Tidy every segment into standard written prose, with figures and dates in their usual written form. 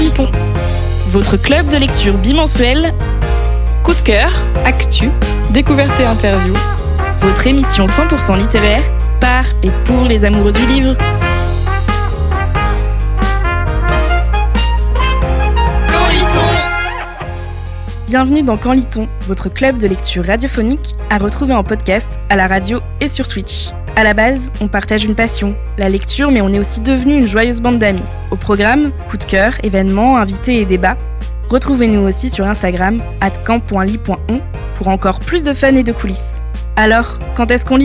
lit-on ? Votre club de lecture bimensuel, coup de cœur, Actu, découverte et interview. Votre émission 100% littéraire par et pour les amoureux du livre. Quand lit-on ? Bienvenue dans Quand lit-on, votre club de lecture radiophonique à retrouver en podcast, à la radio et sur Twitch. À la base, on partage une passion, la lecture, mais on est aussi devenu une joyeuse bande d'amis. Au programme, coup de cœur, événements, invités et débats. Retrouvez-nous aussi sur Instagram, @camp.lit.on, pour encore plus de fun et de coulisses. Alors, quand est-ce qu'on lit ?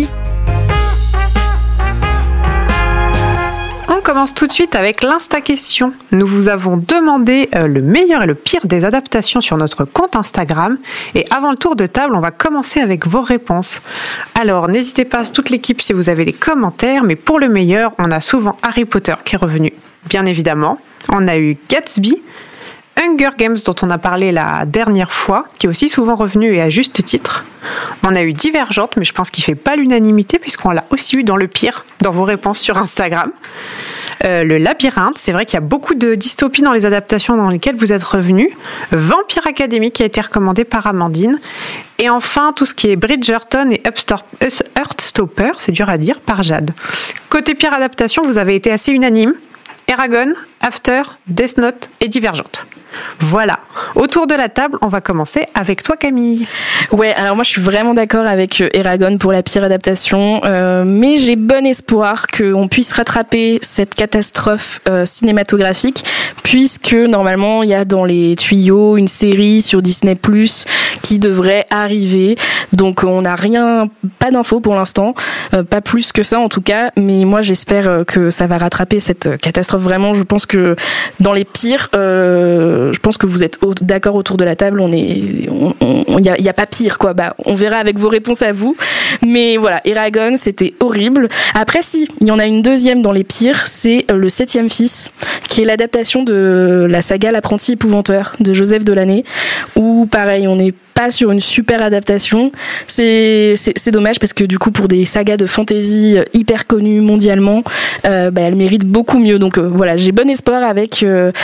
On commence tout de suite avec l'Insta-question. Nous vous avons demandé le meilleur et le pire des adaptations sur notre compte Instagram. Et avant le tour de table, on va commencer avec vos réponses. Alors, n'hésitez pas, toute l'équipe, si vous avez des commentaires. Mais pour le meilleur, on a souvent Harry Potter qui est revenu, bien évidemment. On a eu Gatsby, Hunger Games dont on a parlé la dernière fois, qui est aussi souvent revenu et à juste titre. On a eu Divergente, mais je pense qu'il ne fait pas l'unanimité puisqu'on l'a aussi eu dans le pire, dans vos réponses sur Instagram. Le Labyrinthe, c'est vrai qu'il y a beaucoup de dystopies dans les adaptations dans lesquelles vous êtes revenus. Vampire Academy qui a été recommandé par Amandine. Et enfin, tout ce qui est Bridgerton et Heartstopper, c'est dur à dire, par Jade. Côté pire adaptation, vous avez été assez unanime. Eragon, After, Death Note et Divergente. Voilà. Autour de la table, on va commencer avec toi, Camille. Ouais, alors moi je suis vraiment d'accord avec Eragon pour la pire adaptation, mais j'ai bon espoir qu'on puisse rattraper cette catastrophe cinématographique, puisque normalement il y a dans les tuyaux une série sur Disney+ qui devrait arriver. Donc on n'a pas d'infos pour l'instant, pas plus que ça en tout cas, mais moi j'espère que ça va rattraper cette catastrophe. Vraiment, je pense que dans les pires, je pense que vous êtes d'accord autour de la table, il y a pas pire quoi. Bah, on verra avec vos réponses à vous. Mais voilà, Eragon, c'était horrible. Après si, il y en a une deuxième dans les pires, c'est Le 7e fils, qui est l'adaptation de la saga L'apprenti épouvanteur de Joseph Delaney, où pareil, on n'est pas sur une super adaptation. C'est dommage parce que du coup pour des sagas de fantasy hyper connues mondialement, elle mérite beaucoup mieux. Donc voilà, j'ai bon espoir avec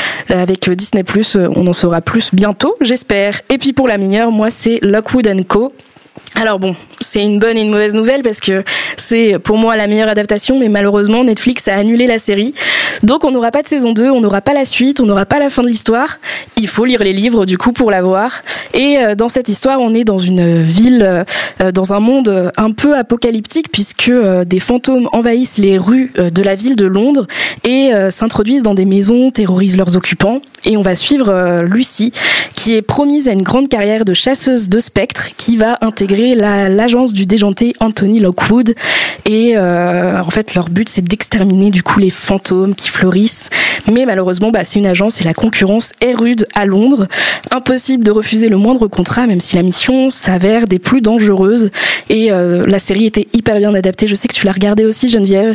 Disney+, on en saura plus bientôt, j'espère. Et puis pour la meilleure, moi c'est Lockwood & Co. Alors bon, c'est une bonne et une mauvaise nouvelle parce que c'est pour moi la meilleure adaptation, mais malheureusement Netflix a annulé la série. Donc on n'aura pas de saison 2, on n'aura pas la suite, on n'aura pas la fin de l'histoire. Il faut lire les livres du coup pour la voir. Et dans cette histoire, on est dans une ville, dans un monde un peu apocalyptique puisque des fantômes envahissent les rues de la ville de Londres et s'introduisent dans des maisons, terrorisent leurs occupants. Et on va suivre Lucy, qui est promise à une grande carrière de chasseuse de spectres, qui va intégrer l'agence du déjanté Anthony Lockwood. Et en fait, leur but, c'est d'exterminer du coup les fantômes qui fleurissent. Mais malheureusement, c'est une agence et la concurrence est rude à Londres. Impossible de refuser le moindre contrat, même si la mission s'avère des plus dangereuses. Et la série était hyper bien adaptée. Je sais que tu l'as regardée aussi, Geneviève.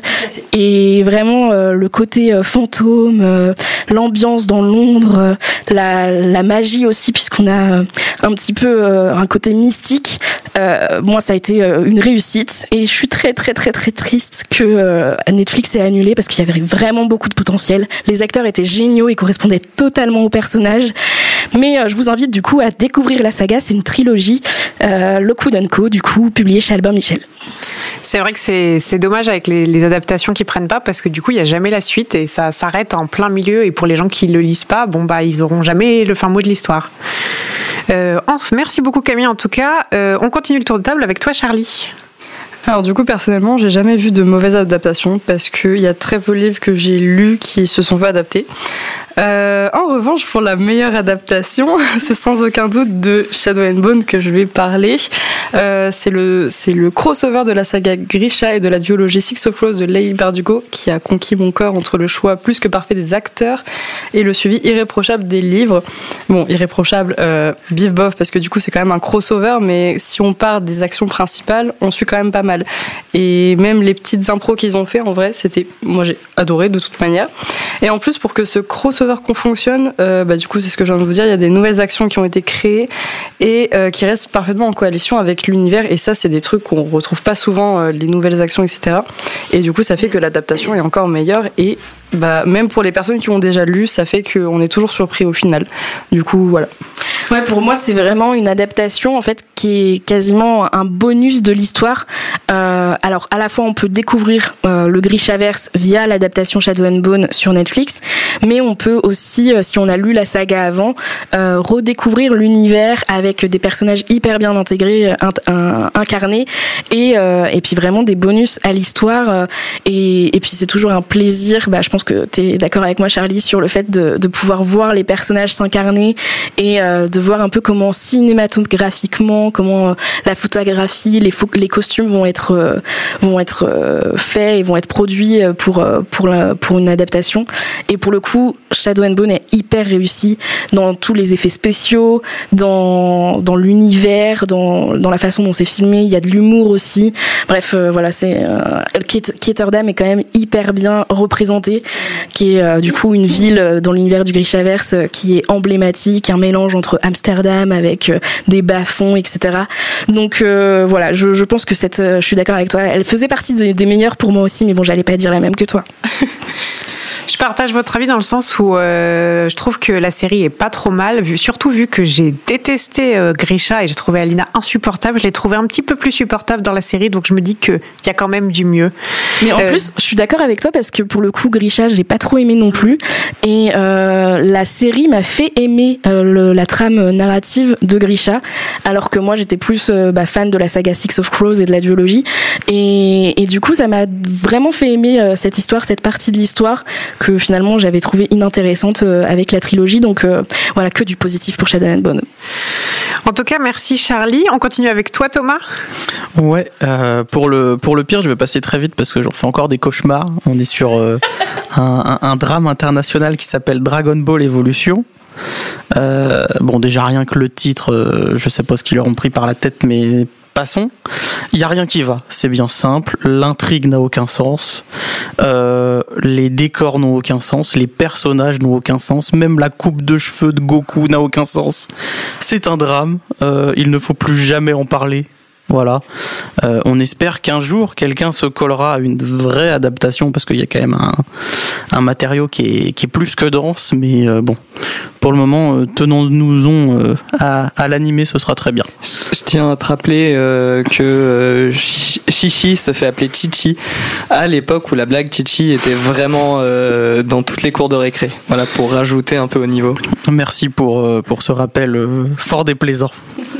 Et vraiment, le côté fantôme, l'ambiance dans Londres, la magie aussi, puisqu'on a un petit peu un côté mystique. Moi, ça a été une réussite. Et je suis très, très, très, très triste que Netflix ait annulé parce qu'il y avait vraiment beaucoup de potentiel. Les acteurs étaient géniaux et correspondaient totalement au personnage. Mais je vous invite du coup à découvrir la saga. C'est une trilogie Lockwood & Co, du coup, publiée chez Albin Michel. C'est vrai que c'est dommage avec les adaptations qui prennent pas parce que du coup, il n'y a jamais la suite et ça s'arrête en plein milieu. Et pour les gens qui le lisent pas, ils auront jamais le fin mot de l'histoire. Merci beaucoup Camille en tout cas. On continue le tour de table avec toi Charlie. Alors du coup, personnellement, j'ai jamais vu de mauvaise adaptation parce qu'il y a très peu de livres que j'ai lus qui se sont fait adapter. En revanche, pour la meilleure adaptation, c'est sans aucun doute de Shadow and Bone que je vais parler. C'est le crossover de la saga Grisha et de la duologie Six of Crows de Leigh Bardugo qui a conquis mon cœur entre le choix plus que parfait des acteurs et le suivi irréprochable des livres. Bon, irréprochable, bif bof, parce que du coup c'est quand même un crossover, mais si on part des actions principales, on suit quand même pas mal. Et même les petites impros qu'ils ont fait, en vrai, moi j'ai adoré de toute manière. Et en plus, pour que ce crossover fonctionne, du coup, c'est ce que je viens de vous dire, il y a des nouvelles actions qui ont été créées et qui restent parfaitement en coalition avec l'univers. Et ça, c'est des trucs qu'on retrouve pas souvent, les nouvelles actions, etc. Et du coup, ça fait que l'adaptation est encore meilleure. Et même pour les personnes qui ont déjà lu, ça fait qu'on est toujours surpris au final. Du coup, voilà. Ouais, pour moi, c'est vraiment une adaptation en fait qui est quasiment un bonus de l'histoire. Alors, à la fois, on peut découvrir le Grishaverse via l'adaptation Shadow and Bone sur Netflix, mais on peut aussi, si on a lu la saga avant, redécouvrir l'univers avec des personnages hyper bien intégrés, incarnés, et puis vraiment des bonus à l'histoire. Et puis c'est toujours un plaisir. Je pense que t'es d'accord avec moi, Charlie, sur le fait de pouvoir voir les personnages s'incarner et de voir un peu comment cinématographiquement, comment la photographie, les costumes vont être faits et vont être produits pour une adaptation. Et pour le coup, Shadow and Bone est hyper réussi dans tous les effets spéciaux, dans l'univers, dans la façon dont c'est filmé. Il y a de l'humour aussi. Bref, voilà, Ketterdam est quand même hyper bien représenté, qui est du coup une ville dans l'univers du Grishaverse qui est emblématique, un mélange entre Amsterdam avec des bas-fonds, etc. Donc voilà, je pense que je suis d'accord avec toi, elle faisait partie des meilleures pour moi aussi, mais bon, j'allais pas dire la même que toi. Je partage votre avis dans le sens où je trouve que la série est pas trop mal, surtout vu que j'ai détesté Grisha et j'ai trouvé Alina insupportable. Je l'ai trouvé un petit peu plus supportable dans la série, donc je me dis qu'il y a quand même du mieux. Mais en plus, je suis d'accord avec toi parce que pour le coup, Grisha, j'ai pas trop aimé non plus. Et la série m'a fait aimer la trame narrative de Grisha, alors que moi, j'étais plus fan de la saga Six of Crows et de la duologie. Et du coup, ça m'a vraiment fait aimer cette histoire, cette partie de l'histoire que finalement j'avais trouvé inintéressante avec la trilogie. Donc voilà, que du positif pour Shadow and Bone. En tout cas, merci Charlie. On continue avec toi, Thomas. Ouais, pour le pire, je vais passer très vite parce que j'en fais encore des cauchemars. On est sur un drame international qui s'appelle Dragon Ball Evolution. Bon, déjà rien que le titre, je sais pas ce qu'ils leur ont pris par la tête, mais passons. Il y a rien qui va, c'est bien simple. L'intrigue n'a aucun sens, les décors n'ont aucun sens, les personnages n'ont aucun sens, même la coupe de cheveux de Goku n'a aucun sens. C'est un drame. Il ne faut plus jamais en parler. Voilà. On espère qu'un jour quelqu'un se collera à une vraie adaptation parce qu'il y a quand même un matériau qui est plus que dense, mais bon, pour le moment, tenons-nous à l'animé, ce sera très bien. Je tiens à te rappeler que Chichi se fait appeler Chichi à l'époque où la blague Chichi était vraiment dans toutes les cours de récré. Voilà, pour rajouter un peu au niveau. Merci pour ce rappel fort déplaisant.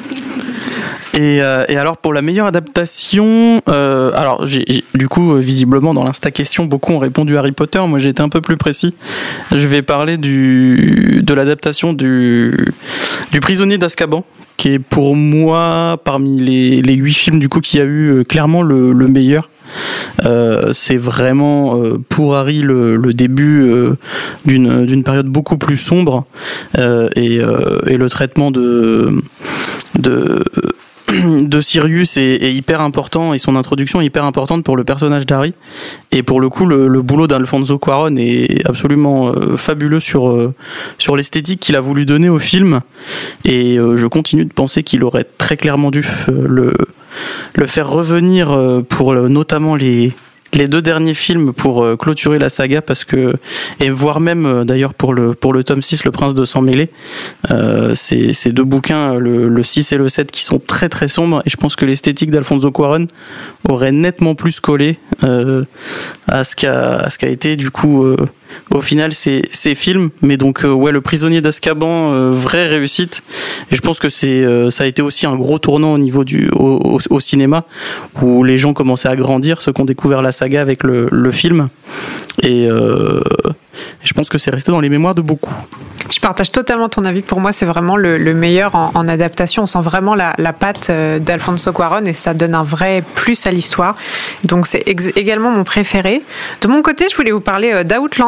Et alors pour la meilleure adaptation, alors du coup visiblement dans l'insta question beaucoup ont répondu Harry Potter. Moi j'ai été un peu plus précis. Je vais parler de l'adaptation du Prisonnier d'Azkaban, qui est pour moi parmi les 8 films du coup qu'il y a eu clairement le meilleur. C'est vraiment pour Harry le début d'une période beaucoup plus sombre, et le traitement de Sirius est hyper important et son introduction est hyper importante pour le personnage d'Harry, et pour le coup le boulot d'Alfonso Cuarón est absolument fabuleux sur l'esthétique qu'il a voulu donner au film, et je continue de penser qu'il aurait très clairement dû le faire revenir pour notamment les 2 derniers films pour clôturer la saga, parce que, et voire même d'ailleurs pour le tome 6, Le Prince de Sang Mêlé, ces 2 bouquins, le 6 et le 7, qui sont très très sombres, et je pense que l'esthétique d'Alfonso Cuarón aurait nettement plus collé à ce qu'a été du coup au final ces films. Mais donc ouais, Le Prisonnier d'Azkaban, vraie réussite, et je pense que ça a été aussi un gros tournant au niveau au cinéma, où les gens commençaient à grandir, ceux qui ont découvert la saga avec le film, et je pense que c'est resté dans les mémoires de beaucoup. Je partage totalement ton avis. Pour moi, c'est vraiment le meilleur en adaptation. On sent vraiment la patte d'Alfonso Cuarón et ça donne un vrai plus à l'histoire. Donc, c'est également mon préféré. De mon côté, je voulais vous parler d'Outlander,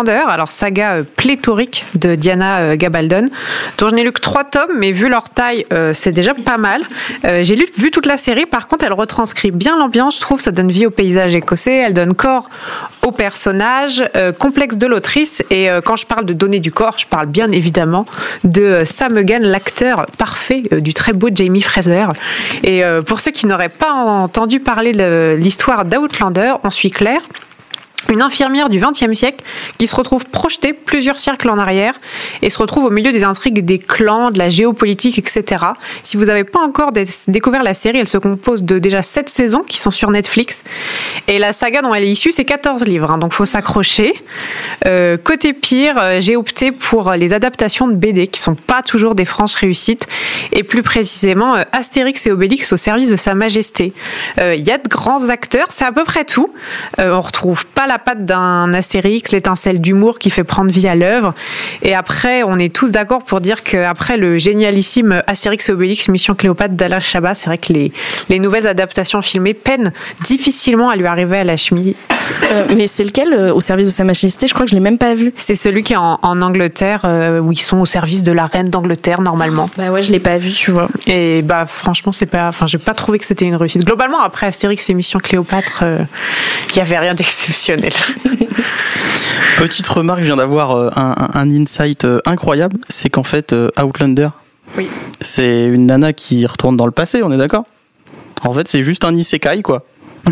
Outlander, alors saga pléthorique de Diana Gabaldon, dont je n'ai lu que 3 tomes, mais vu leur taille, c'est déjà pas mal. J'ai vu toute la série, par contre, elle retranscrit bien l'ambiance, je trouve, ça donne vie au paysage écossais, elle donne corps aux personnages, complexe de l'autrice, et quand je parle de donner du corps, je parle bien évidemment de Sam Egan, l'acteur parfait du très beau Jamie Fraser. Et pour ceux qui n'auraient pas entendu parler de l'histoire d'Outlander, on suit Claire, une infirmière du XXe siècle qui se retrouve projetée plusieurs siècles en arrière et se retrouve au milieu des intrigues des clans, de la géopolitique, etc. Si vous n'avez pas encore découvert la série, elle se compose de déjà 7 saisons qui sont sur Netflix. Et la saga dont elle est issue, c'est 14 livres, donc faut s'accrocher. Côté pire, j'ai opté pour les adaptations de BD qui sont pas toujours des franches réussites. Et plus précisément, Astérix et Obélix au service de Sa Majesté. Il y a de grands acteurs, c'est à peu près tout. On retrouve pas la patte d'un Astérix, l'étincelle d'humour qui fait prendre vie à l'œuvre. Et après, on est tous d'accord pour dire qu'après le génialissime Astérix et Obélix, Mission Cléopâtre d'Alain Chabat, c'est vrai que les nouvelles adaptations filmées peinent difficilement à lui arriver à la cheville. Mais c'est lequel au service de Sa Majesté? Je crois que je l'ai même pas vu. C'est celui qui est en Angleterre, où ils sont au service de la reine d'Angleterre normalement. Bah ouais, je l'ai pas vu, tu vois. Et bah franchement, j'ai pas trouvé que c'était une réussite. Globalement, après Astérix et Mission Cléopâtre, il y avait rien d'exceptionnel. Petite remarque, je viens d'avoir un insight incroyable, c'est qu'en fait Outlander, oui, c'est une nana qui retourne dans le passé, on est d'accord? En fait, c'est juste un isekai, quoi.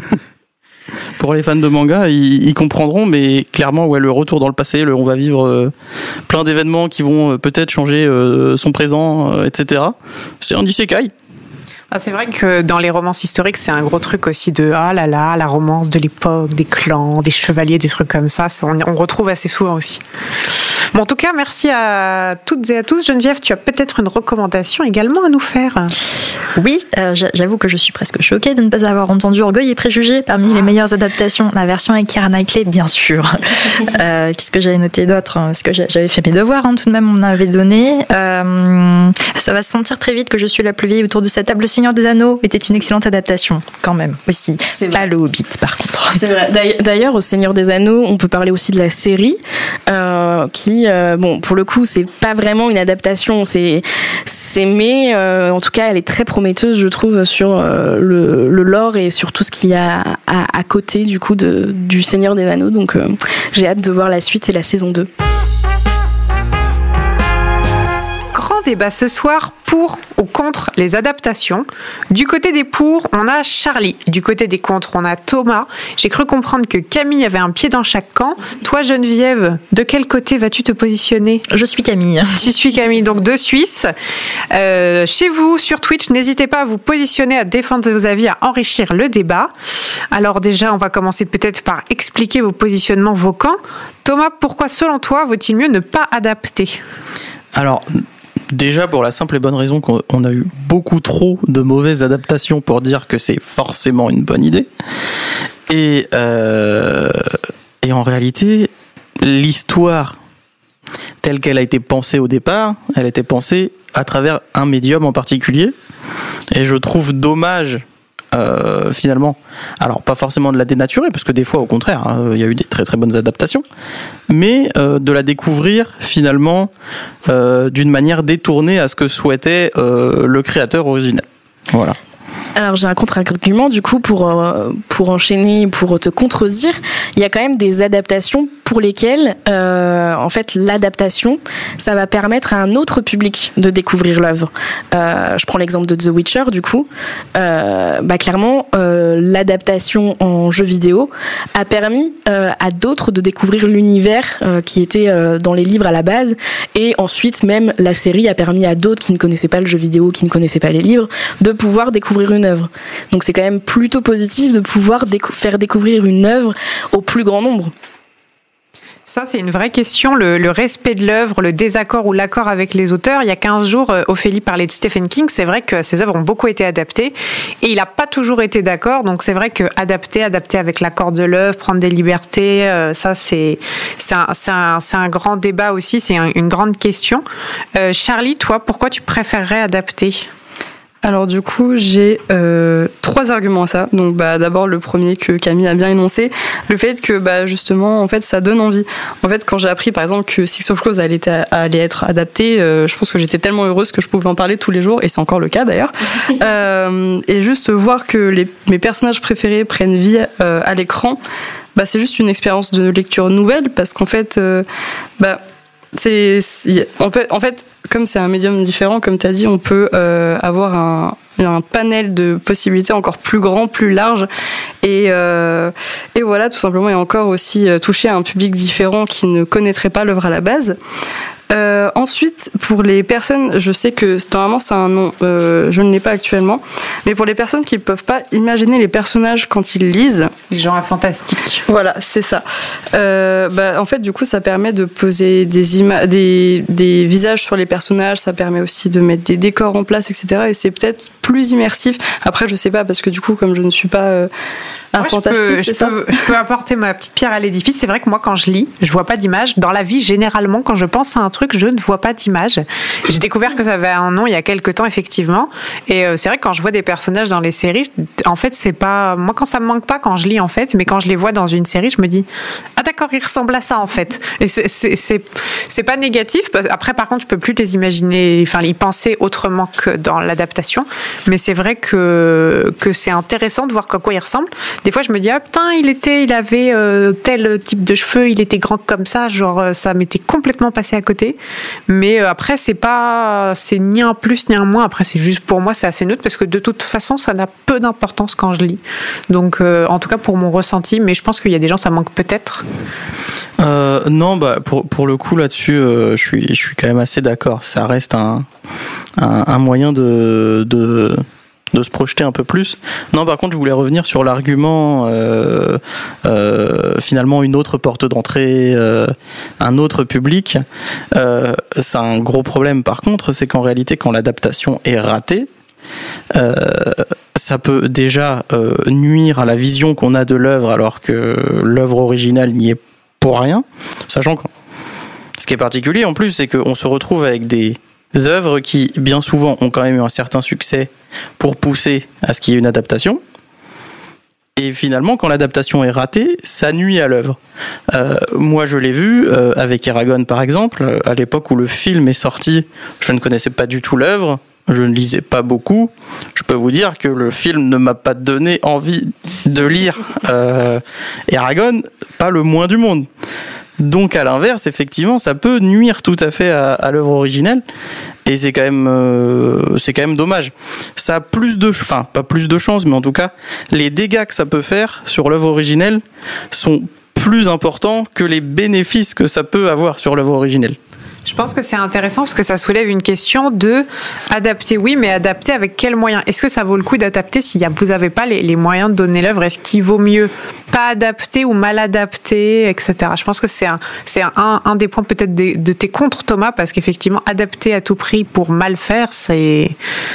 Pour les fans de manga, ils comprendront, mais clairement, ouais, le retour dans le passé, on va vivre plein d'événements qui vont peut-être changer son présent, etc. C'est un isekai. Ah, c'est vrai que dans les romances historiques, c'est un gros truc aussi de ah là là, la romance de l'époque, des clans, des chevaliers, des trucs comme ça. On retrouve assez souvent aussi. Bon, en tout cas, merci à toutes et à tous. Geneviève, tu as peut-être une recommandation également à nous faire. Oui, j'avoue que je suis presque choquée de ne pas avoir entendu Orgueil et Préjugés parmi les meilleures adaptations. La version avec Keira Knightley, bien sûr. Qu'est-ce que j'avais noté d'autre? Parce que j'avais fait mes devoirs, tout de même, on m'avait donné. Ça va se sentir très vite que je suis la plus vieille autour de cette table. Le Seigneur des Anneaux était une excellente adaptation, quand même, aussi. C'est pas le Hobbit, par contre. C'est vrai. D'ailleurs, au Seigneur des Anneaux, on peut parler aussi de la série, qui, bon, pour le coup, c'est pas vraiment une adaptation, mais en tout cas, elle est très prometteuse, je trouve, sur le lore et sur tout ce qu'il y a à côté, du coup, du Seigneur des Anneaux. Donc, j'ai hâte de voir la suite et la saison 2. Débat ce soir pour ou contre les adaptations. Du côté des pour, on a Charlie. Du côté des contre, on a Thomas. J'ai cru comprendre que Camille avait un pied dans chaque camp. Toi, Geneviève, de quel côté vas-tu te positionner? Je suis Camille. Tu suis Camille, donc de Suisse. Chez vous, sur Twitch, n'hésitez pas à vous positionner, à défendre vos avis, à enrichir le débat. Alors déjà, on va commencer peut-être par expliquer vos positionnements, vos camps. Thomas, pourquoi, selon toi, vaut-il mieux ne pas adapter? Alors, déjà, pour la simple et bonne raison qu'on a eu beaucoup trop de mauvaises adaptations pour dire que c'est forcément une bonne idée. Et en réalité, l'histoire telle qu'elle a été pensée au départ, elle a été pensée à travers un médium en particulier. Et je trouve dommage, finalement, alors pas forcément de la dénaturer, parce que des fois, au contraire, il y a eu des très très bonnes adaptations, mais de la découvrir finalement d'une manière détournée à ce que souhaitait le créateur original. Voilà. Alors j'ai un contre-argument du coup pour enchaîner, pour te contredire. Il y a quand même des adaptations pour lesquelles en fait l'adaptation ça va permettre à un autre public de découvrir l'œuvre. Je prends l'exemple de The Witcher du coup. Clairement l'adaptation en jeu vidéo a permis à d'autres de découvrir l'univers qui était dans les livres à la base, et ensuite même la série a permis à d'autres qui ne connaissaient pas le jeu vidéo, qui ne connaissaient pas les livres, de pouvoir découvrir une œuvre. Donc c'est quand même plutôt positif de pouvoir faire découvrir une œuvre au plus grand nombre. Ça, c'est une vraie question, le respect de l'œuvre, le désaccord ou l'accord avec les auteurs. Il y a 15 jours, Ophélie parlait de Stephen King. C'est vrai que ses œuvres ont beaucoup été adaptées et il n'a pas toujours été d'accord. Donc, c'est vrai que adapter avec l'accord de l'œuvre, prendre des libertés, ça, c'est un grand débat aussi. C'est une grande question. Charlie, toi, pourquoi tu préférerais adapter ? Alors du coup, j'ai 3 arguments à ça. Donc d'abord le premier que Camille a bien énoncé, le fait que justement en fait ça donne envie. En fait, quand j'ai appris par exemple que Six of Crows allait être adapté, je pense que j'étais tellement heureuse que je pouvais en parler tous les jours, et c'est encore le cas d'ailleurs. Et juste voir que mes personnages préférés prennent vie à l'écran, c'est juste une expérience de lecture nouvelle, parce qu'en fait en fait, comme c'est un médium différent, comme tu as dit, on peut avoir un panel de possibilités encore plus grand, plus large, et voilà, tout simplement, et encore aussi toucher à un public différent qui ne connaîtrait pas l'œuvre à la base. Ensuite, pour les personnes, je sais que normalement c'est un nom, je ne l'ai pas actuellement, mais pour les personnes qui ne peuvent pas imaginer les personnages quand ils lisent, les genres fantastiques. Voilà, c'est ça. En fait, du coup, ça permet de poser des visages sur les personnages, ça permet aussi de mettre des décors en place, etc. Et c'est peut-être plus immersif. Après, je sais pas, parce que du coup, comme je ne suis pas fantastique, je peux apporter ma petite pierre à l'édifice. C'est vrai que moi, quand je lis, je vois pas d'image. Dans la vie, généralement, quand je pense à un truc, je ne vois pas d'image. J'ai découvert que ça avait un nom il y a quelques temps, effectivement. Et c'est vrai que quand je vois des personnages dans les séries, en fait, c'est pas... Moi, quand ça me manque pas quand je lis, en fait, mais quand je les vois dans une série, je me dis « Ah d'accord, ils ressemblent à ça, en fait. » Et c'est pas négatif. Après, par contre, je peux plus les imaginer, enfin, y penser autrement que dans l'adaptation. Mais c'est vrai que c'est intéressant de voir à quoi ils ressemblent. Des fois, je me dis « Ah putain, il avait tel type de cheveux, il était grand comme ça. » Genre, ça m'était complètement passé à côté. Mais après, c'est ni un plus ni un moins. Après, c'est juste, pour moi, c'est assez neutre, parce que de toute façon, ça n'a peu d'importance quand je lis. Donc, en tout cas, pour mon ressenti, mais je pense qu'il y a des gens, ça manque peut-être. Non, pour le coup, là-dessus, je suis quand même assez d'accord. Ça reste un moyen de se projeter un peu plus. Non, par contre, je voulais revenir sur l'argument finalement une autre porte d'entrée, un autre public. C'est un gros problème, par contre, c'est qu'en réalité, quand l'adaptation est ratée, ça peut déjà nuire à la vision qu'on a de l'œuvre, alors que l'œuvre originale n'y est pour rien. Sachant que ce qui est particulier en plus, c'est qu'on se retrouve avec des œuvres qui, bien souvent, ont quand même eu un certain succès pour pousser à ce qu'il y ait une adaptation. Et finalement, quand l'adaptation est ratée, ça nuit à l'œuvre. Moi, je l'ai vu avec Eragon, par exemple. À l'époque où le film est sorti, je ne connaissais pas du tout l'œuvre. Je ne lisais pas beaucoup. Je peux vous dire que le film ne m'a pas donné envie de lire Eragon, pas le moins du monde. Donc à l'inverse, effectivement, ça peut nuire tout à fait à l'œuvre originelle, et c'est quand même dommage. Ça a pas plus de chance, mais en tout cas, les dégâts que ça peut faire sur l'œuvre originelle sont plus importants que les bénéfices que ça peut avoir sur l'œuvre originelle. Je pense que c'est intéressant parce que ça soulève une question de adapter, oui, mais adapter avec quels moyens ? Est-ce que ça vaut le coup d'adapter si vous n'avez pas les moyens de donner l'œuvre ? Est-ce qu'il vaut mieux pas adapter ou mal adapter, etc. Je pense que c'est un des points peut-être de tes contre, Thomas, parce qu'effectivement, adapter à tout prix pour mal faire, c'est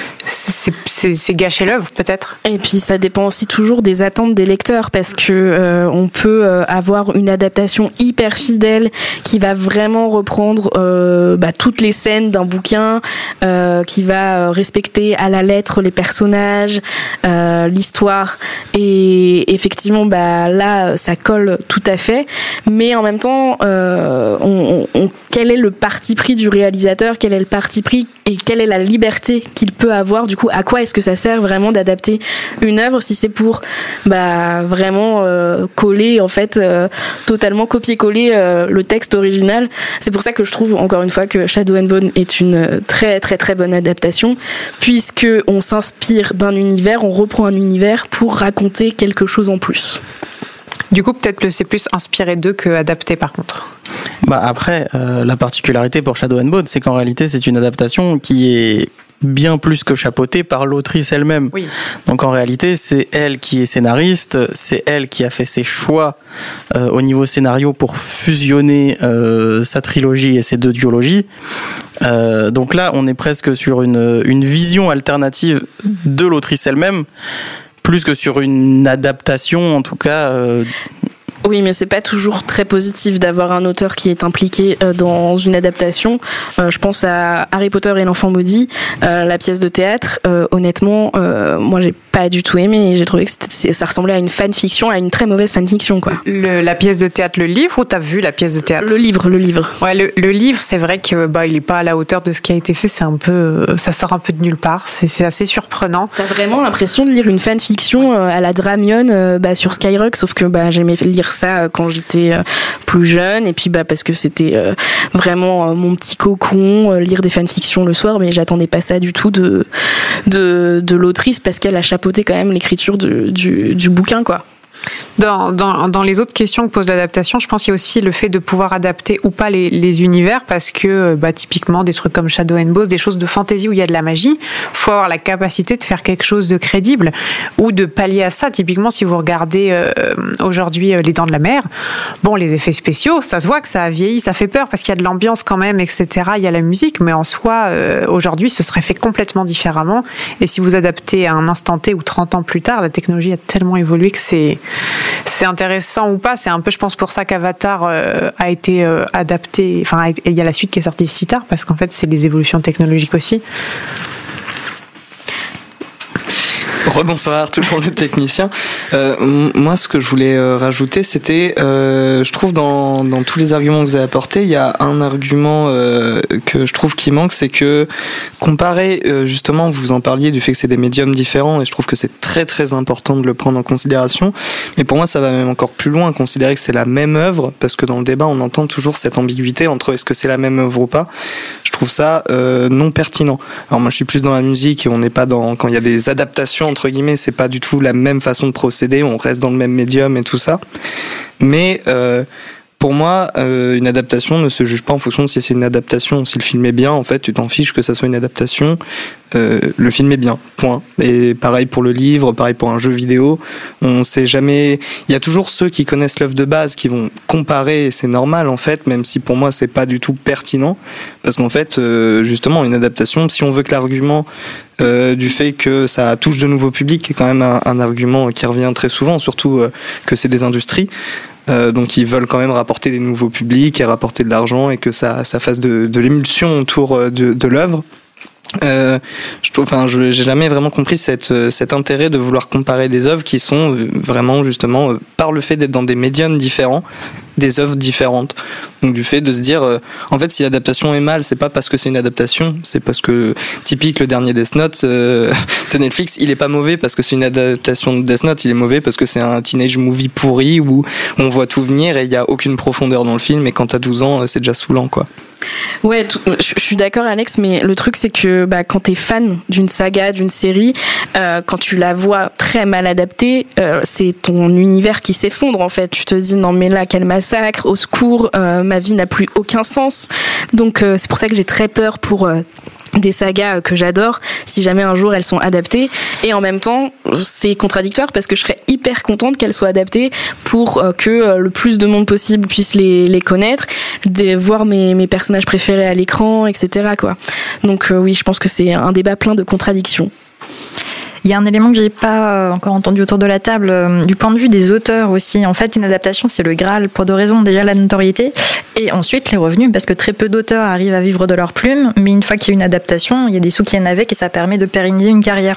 gâcher l'œuvre, peut-être. Et puis ça dépend aussi toujours des attentes des lecteurs, parce que on peut avoir une adaptation hyper fidèle qui va vraiment reprendre toutes les scènes d'un bouquin, qui va respecter à la lettre les personnages, l'histoire, et effectivement là ça colle tout à fait, mais en même temps quel est le parti pris du réalisateur, quel est le parti pris et quelle est la liberté qu'il peut avoir, du coup à quoi est-ce que ça sert vraiment d'adapter une œuvre si c'est pour vraiment coller, en fait totalement copier-coller le texte original. C'est pour ça que je trouve encore une fois que Shadow and Bone est une très très très bonne adaptation, puisque on s'inspire d'un univers, on reprend un univers pour raconter quelque chose en plus. Du coup, peut-être que c'est plus inspiré d'eux que adapté, par contre. Après, la particularité pour Shadow and Bone, c'est qu'en réalité, c'est une adaptation qui est bien plus que chapeautée par l'autrice elle-même. Oui. Donc en réalité, c'est elle qui est scénariste, c'est elle qui a fait ses choix au niveau scénario pour fusionner sa trilogie et ses deux duologies. Donc là, on est presque sur une vision alternative de l'autrice elle-même, plus que sur une adaptation, en tout cas. Oui, mais c'est pas toujours très positif d'avoir un auteur qui est impliqué dans une adaptation. Je pense à Harry Potter et l'enfant maudit, la pièce de théâtre. Honnêtement, moi j'ai pas du tout aimé. J'ai trouvé que ça ressemblait à une fanfiction, à une très mauvaise fanfiction, quoi. La pièce de théâtre, le livre, ou t'as vu la pièce de théâtre ? Le livre. Ouais, le livre, c'est vrai que il est pas à la hauteur de ce qui a été fait. C'est un peu, ça sort un peu de nulle part. C'est assez surprenant. T'as vraiment l'impression de lire une fanfiction à la Dramion sur Skyrock, sauf que j'aimais lire ça quand j'étais plus jeune, et puis parce que c'était vraiment mon petit cocon, lire des fanfictions le soir, mais j'attendais pas ça du tout de l'autrice, parce qu'elle a chapeauté quand même l'écriture du bouquin, quoi. Dans les autres questions que pose l'adaptation, je pense qu'il y a aussi le fait de pouvoir adapter ou pas les univers, parce que typiquement des trucs comme Shadow and Bone, des choses de fantasy où il y a de la magie, faut avoir la capacité de faire quelque chose de crédible ou de pallier à ça. Typiquement, si vous regardez aujourd'hui Les Dents de la Mer, les effets spéciaux, ça se voit que ça a vieilli, ça fait peur parce qu'il y a de l'ambiance quand même, etc. Il y a la musique, mais en soi, aujourd'hui, ce serait fait complètement différemment. Et si vous adaptez à un instant T ou 30 ans plus tard, la technologie a tellement évolué que c'est intéressant ou pas. C'est un peu, je pense, pour ça qu'Avatar a été adapté. Enfin, il y a la suite qui est sortie si tard, parce qu'en fait, c'est des évolutions technologiques aussi. Rebonsoir, toujours le technicien. Moi, ce que je voulais rajouter, c'était, je trouve dans tous les arguments que vous avez apportés, il y a un argument que je trouve qui manque, c'est que comparé, justement, vous en parliez du fait que c'est des médiums différents, et je trouve que c'est très très important de le prendre en considération. Mais pour moi, ça va même encore plus loin, considérer que c'est la même œuvre, parce que dans le débat, on entend toujours cette ambiguïté entre est-ce que c'est la même œuvre ou pas. Je trouve ça non pertinent. Alors moi, je suis plus dans la musique, et on n'est pas dans, quand il y a des adaptations entre guillemets, c'est pas du tout la même façon de procéder, on reste dans le même médium et tout ça. Mais pour moi, une adaptation ne se juge pas en fonction de si c'est une adaptation. Si le film est bien, en fait, tu t'en fiches que ça soit une adaptation. Le film est bien, point. Et pareil pour le livre, pareil pour un jeu vidéo. On sait jamais. Il y a toujours ceux qui connaissent l'œuvre de base qui vont comparer, et c'est normal en fait, même si pour moi c'est pas du tout pertinent, parce qu'en fait, justement, une adaptation, si on veut que l'argument du fait que ça touche de nouveaux publics, qui est quand même un argument qui revient très souvent, surtout que c'est des industries. Donc ils veulent quand même rapporter des nouveaux publics et rapporter de l'argent, et que ça fasse de l'émulsion autour de l'œuvre. J'ai jamais vraiment compris cet intérêt de vouloir comparer des œuvres qui sont vraiment justement par le fait d'être dans des médiums différents, des œuvres différentes. Donc du fait de se dire, en fait, si l'adaptation est mal, c'est pas parce que c'est une adaptation, c'est parce que typique le dernier Death Note de Netflix, il est pas mauvais parce que c'est une adaptation de Death Note, il est mauvais parce que c'est un teenage movie pourri où on voit tout venir et il y a aucune profondeur dans le film, et quand t'as 12 ans, c'est déjà saoulant, quoi. Ouais, je suis d'accord, Alex, mais le truc c'est que quand t'es fan d'une saga, d'une série, quand tu la vois très mal adaptée, c'est ton univers qui s'effondre en fait. Tu te dis non mais là quel massacre, au secours, ma vie n'a plus aucun sens. Donc c'est pour ça que j'ai très peur pour des sagas que j'adore, si jamais un jour elles sont adaptées. Et en même temps, c'est contradictoire parce que je serais hyper contente qu'elles soient adaptées pour que le plus de monde possible puisse les connaître, voir mes personnages préférés à l'écran, etc., quoi. Donc oui, je pense que c'est un débat plein de contradictions. Il y a un élément que j'ai pas encore entendu autour de la table, du point de vue des auteurs aussi. En fait, une adaptation, c'est le Graal pour deux raisons. Déjà, la notoriété et ensuite les revenus, parce que très peu d'auteurs arrivent à vivre de leur plume. Mais une fois qu'il y a une adaptation, il y a des sous qui viennent avec et ça permet de pérenniser une carrière.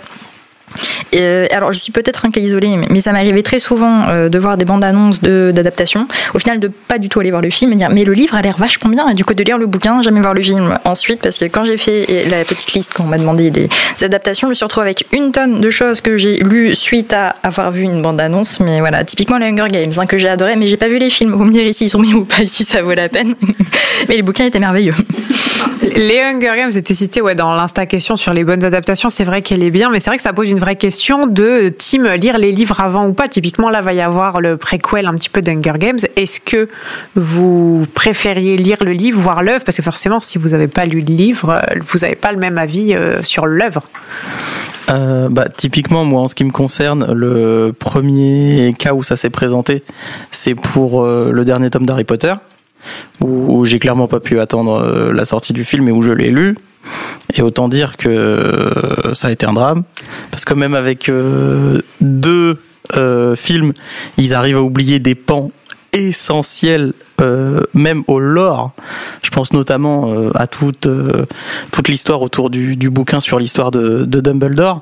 Alors je suis peut-être un cas isolé, mais ça m'arrivait très souvent de voir des bandes annonces d'adaptation, au final de pas du tout aller voir le film et dire mais le livre a l'air vachement bien, et du coup de lire le bouquin, jamais voir le film ensuite, parce que quand j'ai fait la petite liste, quand on m'a demandé des adaptations, je me suis retrouvée avec une tonne de choses que j'ai lues suite à avoir vu une bande annonce. Mais voilà, typiquement les Hunger Games, que j'ai adoré, mais j'ai pas vu les films. Vous me direz si ils sont bien ou pas, si ça vaut la peine. Mais les bouquins étaient merveilleux. Les Hunger Games étaient cités dans l'Insta question sur les bonnes adaptations. C'est vrai qu'elle est bien, mais c'est vrai que ça pose une vraie question de team lire les livres avant ou pas. Typiquement, là, va y avoir le préquel un petit peu d'Hunger Games. Est-ce que vous préfériez lire le livre, voir l'œuvre? Parce que forcément, si vous n'avez pas lu le livre, vous n'avez pas le même avis sur l'œuvre. Typiquement, moi, en ce qui me concerne, le premier cas où ça s'est présenté, c'est pour le dernier tome d'Harry Potter, où j'ai clairement pas pu attendre la sortie du film et où je l'ai lu. Et autant dire que ça a été un drame, parce que même avec deux films, ils arrivent à oublier des pans essentiel même au lore. Je pense notamment à toute l'histoire autour du bouquin sur l'histoire de Dumbledore.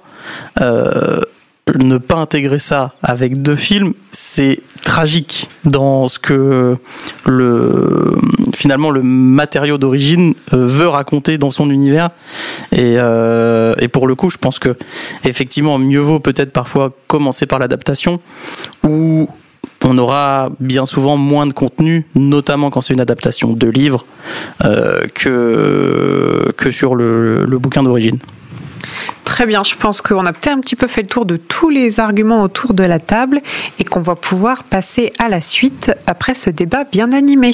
Ne pas intégrer ça avec 2 films, c'est tragique dans ce que finalement le matériau d'origine veut raconter dans son univers. Et pour le coup, je pense que effectivement, mieux vaut peut-être parfois commencer par l'adaptation, où on aura bien souvent moins de contenu, notamment quand c'est une adaptation de livre, que sur le bouquin d'origine. Très bien, je pense qu'on a peut-être un petit peu fait le tour de tous les arguments autour de la table et qu'on va pouvoir passer à la suite après ce débat bien animé.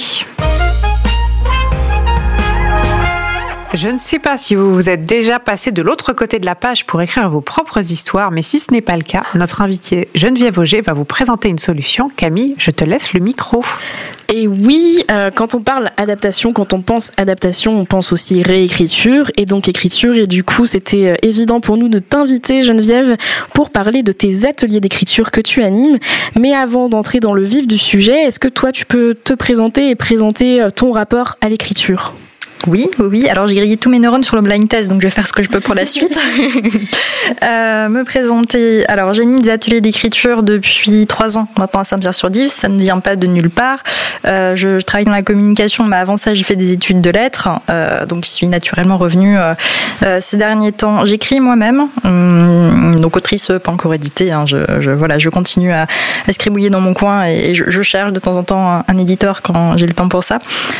Je ne sais pas si vous vous êtes déjà passé de l'autre côté de la page pour écrire vos propres histoires, mais si ce n'est pas le cas, notre invitée Geneviève Auger va vous présenter une solution. Camille, je te laisse le micro. Et oui, quand on parle adaptation, quand on pense adaptation, on pense aussi réécriture et donc écriture. Et du coup, c'était évident pour nous de t'inviter, Geneviève, pour parler de tes ateliers d'écriture que tu animes. Mais avant d'entrer dans le vif du sujet, est-ce que toi, tu peux te présenter et présenter ton rapport à l'écriture ? Oui. Alors j'ai grillé tous mes neurones sur le blind test, donc je vais faire ce que je peux pour la suite. Me présenter. Alors j'ai mis des ateliers d'écriture depuis 3 ans maintenant à Saint-Pierre-sur-Dive. Ça ne vient pas de nulle part. Je travaille dans la communication, mais avant ça j'ai fait des études de lettres, donc je suis naturellement revenue ces derniers temps. J'écris moi-même, donc autrice pas encore éditée. Hein, je continue à scribouiller dans mon coin et je cherche de temps en temps un éditeur quand j'ai le temps pour ça.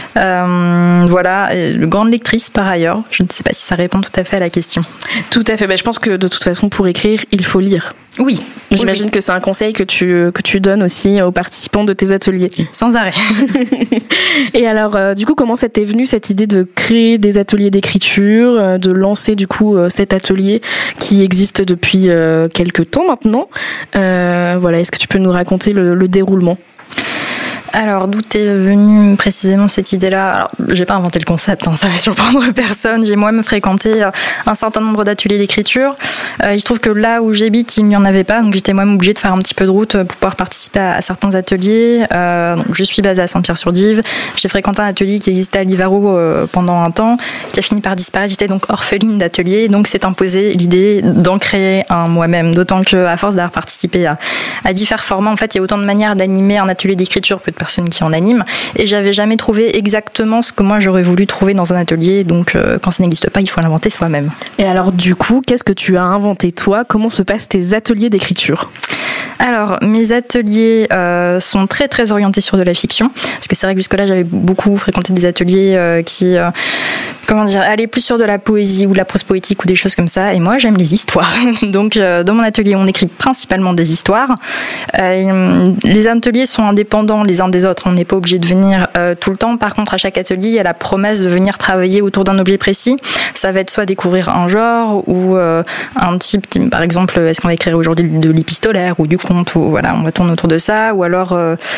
Voilà. Grande lectrice par ailleurs. Je ne sais pas si ça répond tout à fait à la question. Tout à fait. Je pense que de toute façon, pour écrire, il faut lire. Oui. J'imagine que c'est un conseil que tu donnes aussi aux participants de tes ateliers. Sans arrêt. Et alors, du coup, comment ça t'est venu cette idée de créer des ateliers d'écriture, de lancer du coup cet atelier qui existe depuis quelques temps maintenant. Voilà, est-ce que tu peux nous raconter le déroulement ? Alors, d'où est venue précisément cette idée-là ? Alors, j'ai pas inventé le concept, hein, ça va surprendre personne. J'ai moi-même fréquenté un certain nombre d'ateliers d'écriture. Il se trouve que là où j'habite, il n'y en avait pas, donc j'étais moi-même obligée de faire un petit peu de route pour pouvoir participer à certains ateliers. Donc, je suis basée à Saint-Pierre-sur-Dive. J'ai fréquenté un atelier qui existait à Livaro pendant un temps, qui a fini par disparaître. J'étais donc orpheline d'atelier, donc s'est imposée l'idée d'en créer un moi-même. D'autant qu'à force d'avoir participé à divers formats, en fait, il y a autant de manières d'animer un atelier d'écriture que de personnes qui en animent, et j'avais jamais trouvé exactement ce que moi j'aurais voulu trouver dans un atelier, donc quand ça n'existe pas, il faut l'inventer soi-même. Et alors du coup, qu'est-ce que tu as inventé toi ? Comment se passent tes ateliers d'écriture ? Alors, mes ateliers sont très très orientés sur de la fiction, parce que c'est vrai que jusque-là j'avais beaucoup fréquenté des ateliers qui aller plus sur de la poésie ou de la prose poétique ou des choses comme ça, et moi j'aime les histoires. Donc dans mon atelier on écrit principalement des histoires. Les ateliers sont indépendants les uns des autres, on n'est pas obligé de venir tout le temps. Par contre, à chaque atelier il y a la promesse de venir travailler autour d'un objet précis. Ça va être soit découvrir un genre ou un type, par exemple, est-ce qu'on va écrire aujourd'hui de l'épistolaire ou du conte, ou voilà, on va tourner autour de ça, ou alors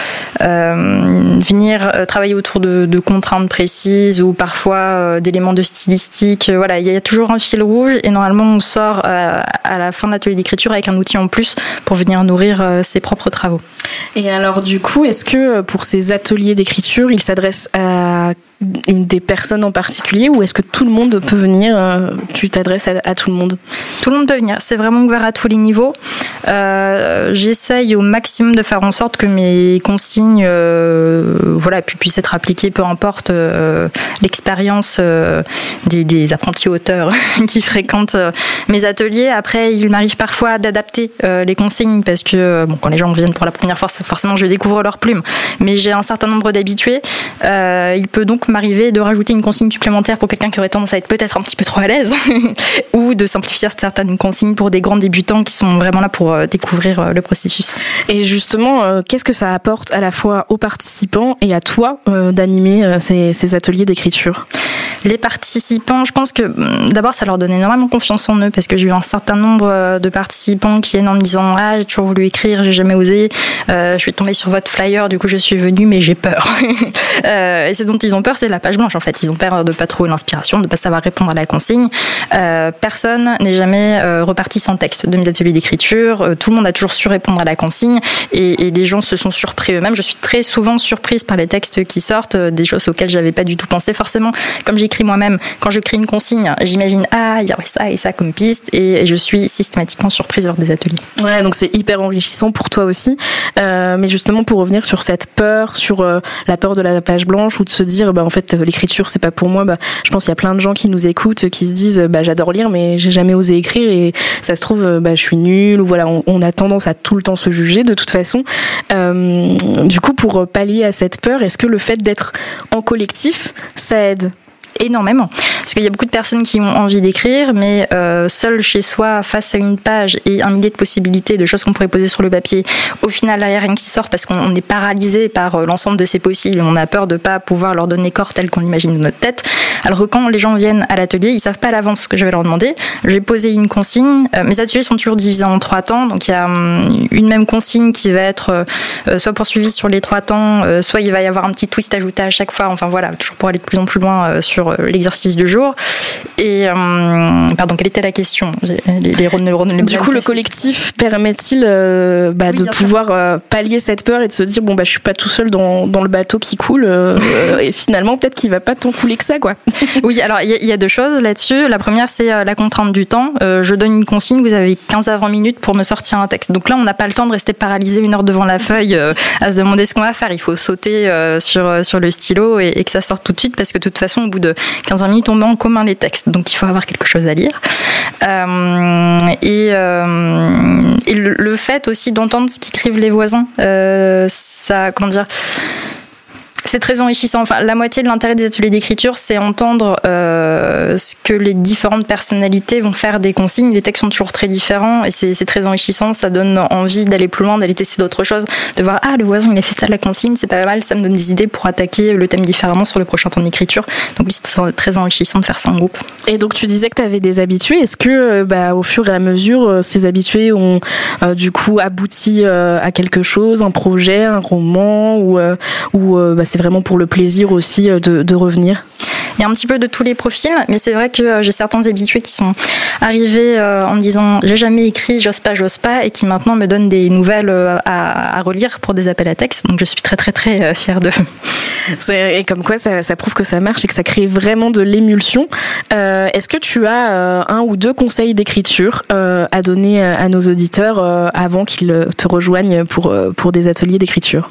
venir travailler autour de contraintes précises ou parfois d'éléments de stylistique. Voilà, il y a toujours un fil rouge, et normalement on sort à la fin de l'atelier d'écriture avec un outil en plus pour venir nourrir ses propres travaux. Et alors du coup, est-ce que pour ces ateliers d'écriture, ils s'adressent à des personnes en particulier, ou est-ce que tout le monde peut venir ? Tu t'adresses à tout le monde ? Tout le monde peut venir, c'est vraiment ouvert à tous les niveaux. J'essaye au maximum de faire en sorte que mes consignes puissent être appliquées, peu importe l'expérience des apprentis auteurs qui fréquentent mes ateliers. Après, il m'arrive parfois d'adapter les consignes, parce que quand les gens viennent pour la première fois, forcément je découvre leurs plumes, mais j'ai un certain nombre d'habitués. Il peut donc m'arriver de rajouter une consigne supplémentaire pour quelqu'un qui aurait tendance à être peut-être un petit peu trop à l'aise ou de simplifier certaines consignes pour des grands débutants qui sont vraiment là pour découvrir le processus. Et justement, qu'est-ce que ça apporte à la fois aux participants et à toi d'animer ces ateliers d'écriture ? Les participants, je pense que d'abord ça leur donne énormément confiance en eux, parce que j'ai eu un certain nombre de participants qui viennent en me disant j'ai toujours voulu écrire, j'ai jamais osé, je suis tombée sur votre flyer, du coup je suis venue mais j'ai peur. Et ce dont ils ont peur, forcer la page blanche en fait. Ils ont peur de pas trouver l'inspiration, de pas savoir répondre à la consigne. Personne n'est jamais reparti sans texte de mes ateliers d'écriture. Tout le monde a toujours su répondre à la consigne et des gens se sont surpris eux-mêmes. Je suis très souvent surprise par les textes qui sortent, des choses auxquelles j'avais pas du tout pensé. Forcément, comme j'écris moi-même, quand je crée une consigne, j'imagine il y aurait ça et ça comme piste et je suis systématiquement surprise lors des ateliers. Ouais, donc c'est hyper enrichissant pour toi aussi. Mais justement, pour revenir sur cette peur, sur la peur de la page blanche ou de se dire, en fait, l'écriture, c'est pas pour moi. Je pense qu'il y a plein de gens qui nous écoutent, qui se disent, j'adore lire, mais j'ai jamais osé écrire et ça se trouve, je suis nulle ou voilà, on a tendance à tout le temps se juger de toute façon. Du coup, pour pallier à cette peur, est-ce que le fait d'être en collectif, ça aide ? Énormément. Parce qu'il y a beaucoup de personnes qui ont envie d'écrire, mais seul chez soi, face à une page et un millier de possibilités, de choses qu'on pourrait poser sur le papier, au final, il n'y a rien qui sort parce qu'on est paralysé par l'ensemble de ces possibles. On a peur de ne pas pouvoir leur donner corps tel qu'on l'imagine dans notre tête. Alors que quand les gens viennent à l'atelier, ils ne savent pas à l'avance ce que je vais leur demander. Je vais poser une consigne. Mes ateliers sont toujours divisés en 3 temps. Donc il y a une même consigne qui va être soit poursuivie sur les 3 temps, soit il va y avoir un petit twist ajouté à chaque fois. Enfin voilà, toujours pour aller de plus en plus loin sur l'exercice du jour. Et pardon, quelle était la question ? Du coup, le collectif permet-il de pouvoir pallier cette peur et de se dire je suis pas tout seul dans le bateau qui coule et finalement peut-être qu'il va pas tant couler que ça quoi. Oui, alors il y a 2 choses là-dessus. La première, c'est la contrainte du temps. Je donne une consigne, vous avez 15 à 20 minutes pour me sortir un texte. Donc là, on n'a pas le temps de rester paralysé 1 heure devant la feuille à se demander ce qu'on va faire. Il faut sauter sur le stylo et que ça sorte tout de suite parce que de toute façon, au bout de 15 minutes, on met en commun les textes. Donc il faut avoir quelque chose à lire. Et le fait aussi d'entendre ce qu'écrivent les voisins, ça, comment dire, c'est très enrichissant. Enfin, la moitié de l'intérêt des ateliers d'écriture, c'est entendre ce que les différentes personnalités vont faire des consignes. Les textes sont toujours très différents et c'est très enrichissant. Ça donne envie d'aller plus loin, d'aller tester d'autres choses, de voir le voisin il a fait ça de la consigne, c'est pas mal. Ça me donne des idées pour attaquer le thème différemment sur le prochain temps d'écriture. Donc oui, c'est très enrichissant de faire ça en groupe. Et donc tu disais que tu avais des habitués. Est-ce que au fur et à mesure, ces habitués ont du coup abouti à quelque chose, un projet, un roman ou c'est vraiment pour le plaisir aussi de revenir? Il y a un petit peu de tous les profils, mais c'est vrai que j'ai certains habitués qui sont arrivés en me disant j'ai jamais écrit, j'ose pas, et qui maintenant me donnent des nouvelles à relire pour des appels à texte. Donc je suis très très très fière d'eux. Et comme quoi ça prouve que ça marche et que ça crée vraiment de l'émulsion. Est-ce que tu as 1 ou 2 conseils d'écriture à donner à nos auditeurs avant qu'ils te rejoignent pour des ateliers d'écriture?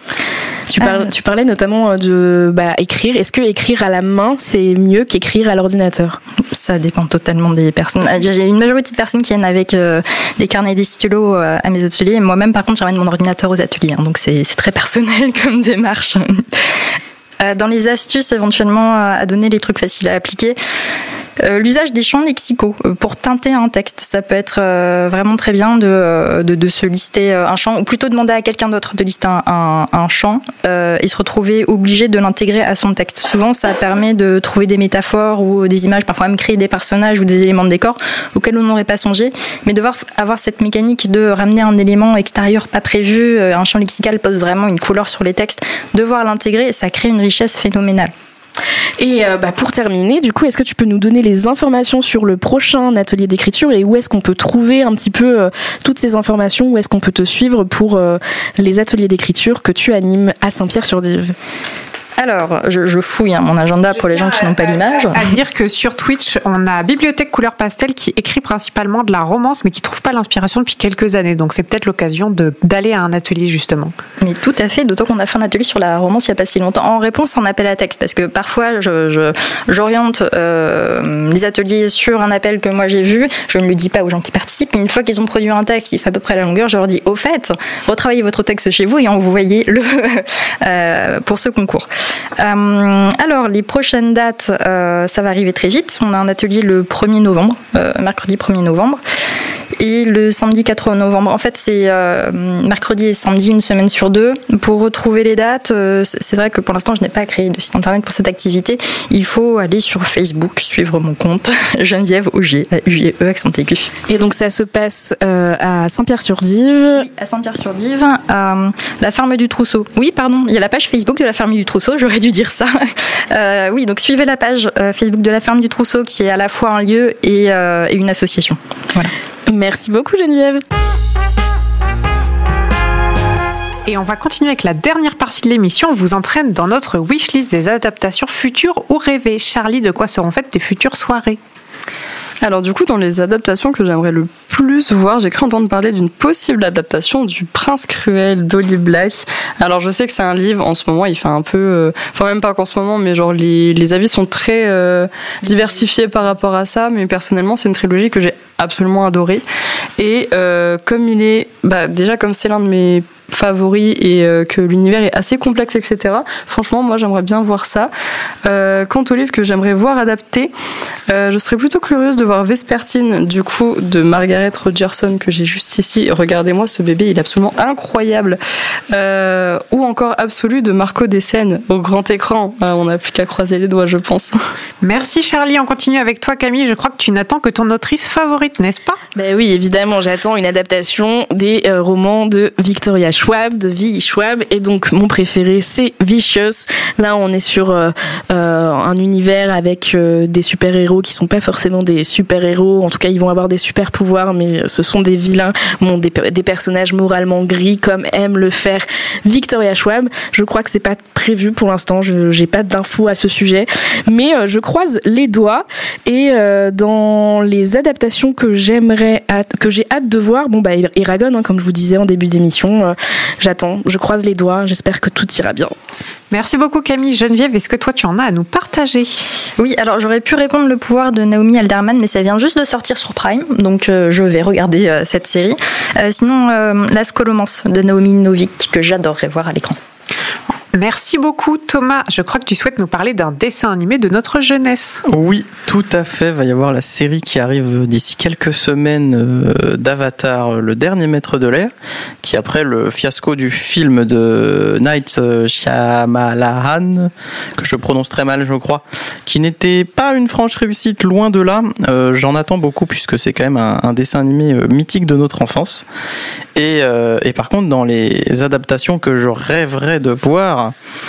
Tu parlais notamment de écrire. Est-ce que écrire à la main c'est mieux qu'écrire à l'ordinateur? Ça dépend totalement des personnes. J'ai une majorité de personnes qui viennent avec des carnets et des stylos à mes ateliers. Moi-même, par contre, j'amène mon ordinateur aux ateliers. Donc c'est très personnel comme démarche. Dans les astuces, éventuellement, à donner les trucs faciles à appliquer. L'usage des champs lexicaux pour teinter un texte, ça peut être vraiment très bien de se lister un champ, ou plutôt demander à quelqu'un d'autre de lister un champ et se retrouver obligé de l'intégrer à son texte. Souvent, ça permet de trouver des métaphores ou des images, parfois même créer des personnages ou des éléments de décor auxquels on n'aurait pas songé. Mais devoir avoir cette mécanique de ramener un élément extérieur pas prévu, un champ lexical pose vraiment une couleur sur les textes, devoir l'intégrer, ça crée une richesse phénoménale. Et pour terminer, du coup, est-ce que tu peux nous donner les informations sur le prochain atelier d'écriture et où est-ce qu'on peut trouver un petit peu toutes ces informations, où est-ce qu'on peut te suivre pour les ateliers d'écriture que tu animes à Saint-Pierre-sur-Dive? Alors, je fouille mon agenda pour les gens qui n'ont pas l'image. À dire que sur Twitch, on a Bibliothèque Couleur Pastel qui écrit principalement de la romance, mais qui trouve pas l'inspiration depuis quelques années. Donc c'est peut-être l'occasion d'aller à un atelier justement. Mais tout à fait, d'autant qu'on a fait un atelier sur la romance il n'y a pas si longtemps, en réponse à un appel à texte, parce que parfois j'oriente les ateliers sur un appel que moi j'ai vu, je ne le dis pas aux gens qui participent, mais une fois qu'ils ont produit un texte, il fait à peu près la longueur, je leur dis au fait, retravaillez votre texte chez vous et envoyez-le pour ce concours. Alors, les prochaines dates, ça va arriver très vite. On a un atelier le 1er novembre, mercredi 1er novembre. et le samedi 4 novembre. En fait, c'est mercredi et samedi, une semaine sur 2. Pour retrouver les dates, c'est vrai que pour l'instant, je n'ai pas créé de site internet pour cette activité. Il faut aller sur Facebook, suivre mon compte, Geneviève Augier, UGE, accent aigu. Et donc ça se passe à Saint-Pierre-sur-Dive. Oui, à Saint-Pierre-sur-Dive, à la ferme du Trousseau. Oui, pardon, il y a la page Facebook de la ferme du Trousseau, j'aurais dû dire ça. Oui, donc suivez la page Facebook de la ferme du Trousseau qui est à la fois un lieu et une association. Voilà. Merci beaucoup Geneviève. Et on va continuer avec la dernière partie de l'émission. On vous entraîne dans notre wishlist des adaptations futures ou rêvées. Charlie, de quoi seront faites tes futures soirées ? Alors du coup, dans les adaptations que j'aimerais le plus voir, j'ai cru entendre parler d'une possible adaptation du Prince Cruel d'Holly Black. Alors je sais que c'est un livre, en ce moment il fait un peu... Enfin même pas qu'en ce moment, mais genre les avis sont très diversifiés par rapport à ça, mais personnellement c'est une trilogie que j'ai absolument adorée. Et comme il est... déjà comme c'est l'un de mes favoris et que l'univers est assez complexe, etc. Franchement, moi j'aimerais bien voir ça. Quant au livre que j'aimerais voir adapté, je serais plutôt curieuse de voir Vespertine, du coup, de Margaret Rogerson, que j'ai juste ici. Regardez-moi ce bébé, il est absolument incroyable. Ou encore Absolu de Marco Dessène au grand écran. On n'a plus qu'à croiser les doigts, je pense. Merci Charlie, on continue avec toi Camille. Je crois que tu n'attends que ton autrice favorite, n'est-ce pas ? Ben oui, évidemment, j'attends une adaptation des romans de Victoria Schwab, de V.E. Schwab, et donc mon préféré c'est Vicious. Là on est sur un univers avec des super-héros qui sont pas forcément des super-héros, en tout cas ils vont avoir des super-pouvoirs, mais ce sont des vilains, des personnages moralement gris comme aime le faire Victoria Schwab. Je crois que c'est pas prévu pour l'instant, j'ai pas d'infos à ce sujet, mais je croise les doigts. Et dans les adaptations que j'ai hâte de voir, Eragon, comme je vous disais en début d'émission, j'attends, je croise les doigts, j'espère que tout ira bien. Merci beaucoup Camille. Geneviève, est-ce que toi tu en as à nous partager ? Oui, alors j'aurais pu répondre Le pouvoir de Naomi Alderman, mais ça vient juste de sortir sur Prime, donc je vais regarder cette série. Sinon, La Scholomance de Naomi Novik, que j'adorerais voir à l'écran. Merci beaucoup Thomas. Je crois que tu souhaites nous parler d'un dessin animé de notre jeunesse. Oui, tout à fait. Il va y avoir la série qui arrive d'ici quelques semaines d'Avatar, le dernier maître de l'air, qui après le fiasco du film de Night Shyamalan, que je prononce très mal je crois, qui n'était pas une franche réussite, loin de là. J'en attends beaucoup puisque c'est quand même un dessin animé mythique de notre enfance. Et par contre, dans les adaptations que je rêverais de voir,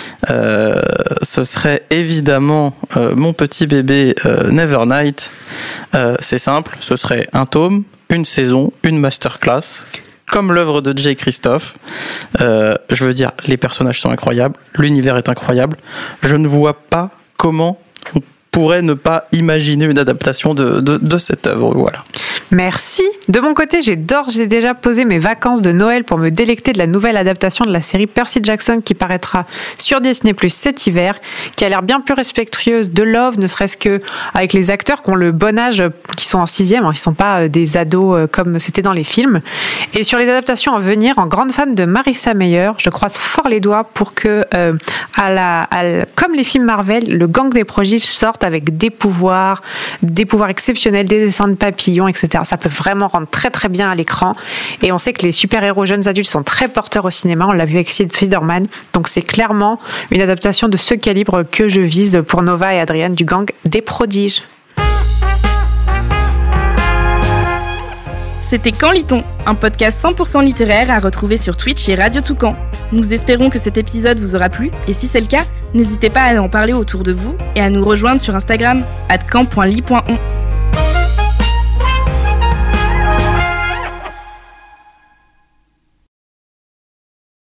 ce serait évidemment Mon petit bébé Nevernight. C'est simple, ce serait un tome, une saison, une masterclass, comme l'œuvre de Jay Christophe. Je veux dire, les personnages sont incroyables, l'univers est incroyable. Je ne vois pas comment on pourrait ne pas imaginer une adaptation de cette œuvre. Voilà. Merci. De mon côté, j'ai déjà posé mes vacances de Noël pour me délecter de la nouvelle adaptation de la série Percy Jackson qui paraîtra sur Disney+ cet hiver, qui a l'air bien plus respectueuse de Love, ne serait-ce que avec les acteurs qui ont le bon âge, qui sont en 6e, ils sont pas des ados comme c'était dans les films. Et sur les adaptations à venir, en grande fan de Marissa Meyer, je croise fort les doigts pour que, comme les films Marvel, le gang des prodiges sorte avec des pouvoirs exceptionnels, des dessins de papillons, etc. Ça peut vraiment rendre très très bien à l'écran. Et on sait que les super-héros jeunes adultes sont très porteurs au cinéma. On l'a vu avec Spider-Man. Donc c'est clairement une adaptation de ce calibre que je vise pour Nova et Adrienne du gang des prodiges. C'était Quand lit-on, un podcast 100% littéraire à retrouver sur Twitch et Radio Toucan. Nous espérons que cet épisode vous aura plu, et si c'est le cas, n'hésitez pas à en parler autour de vous et à nous rejoindre sur Instagram @camp.lit.on.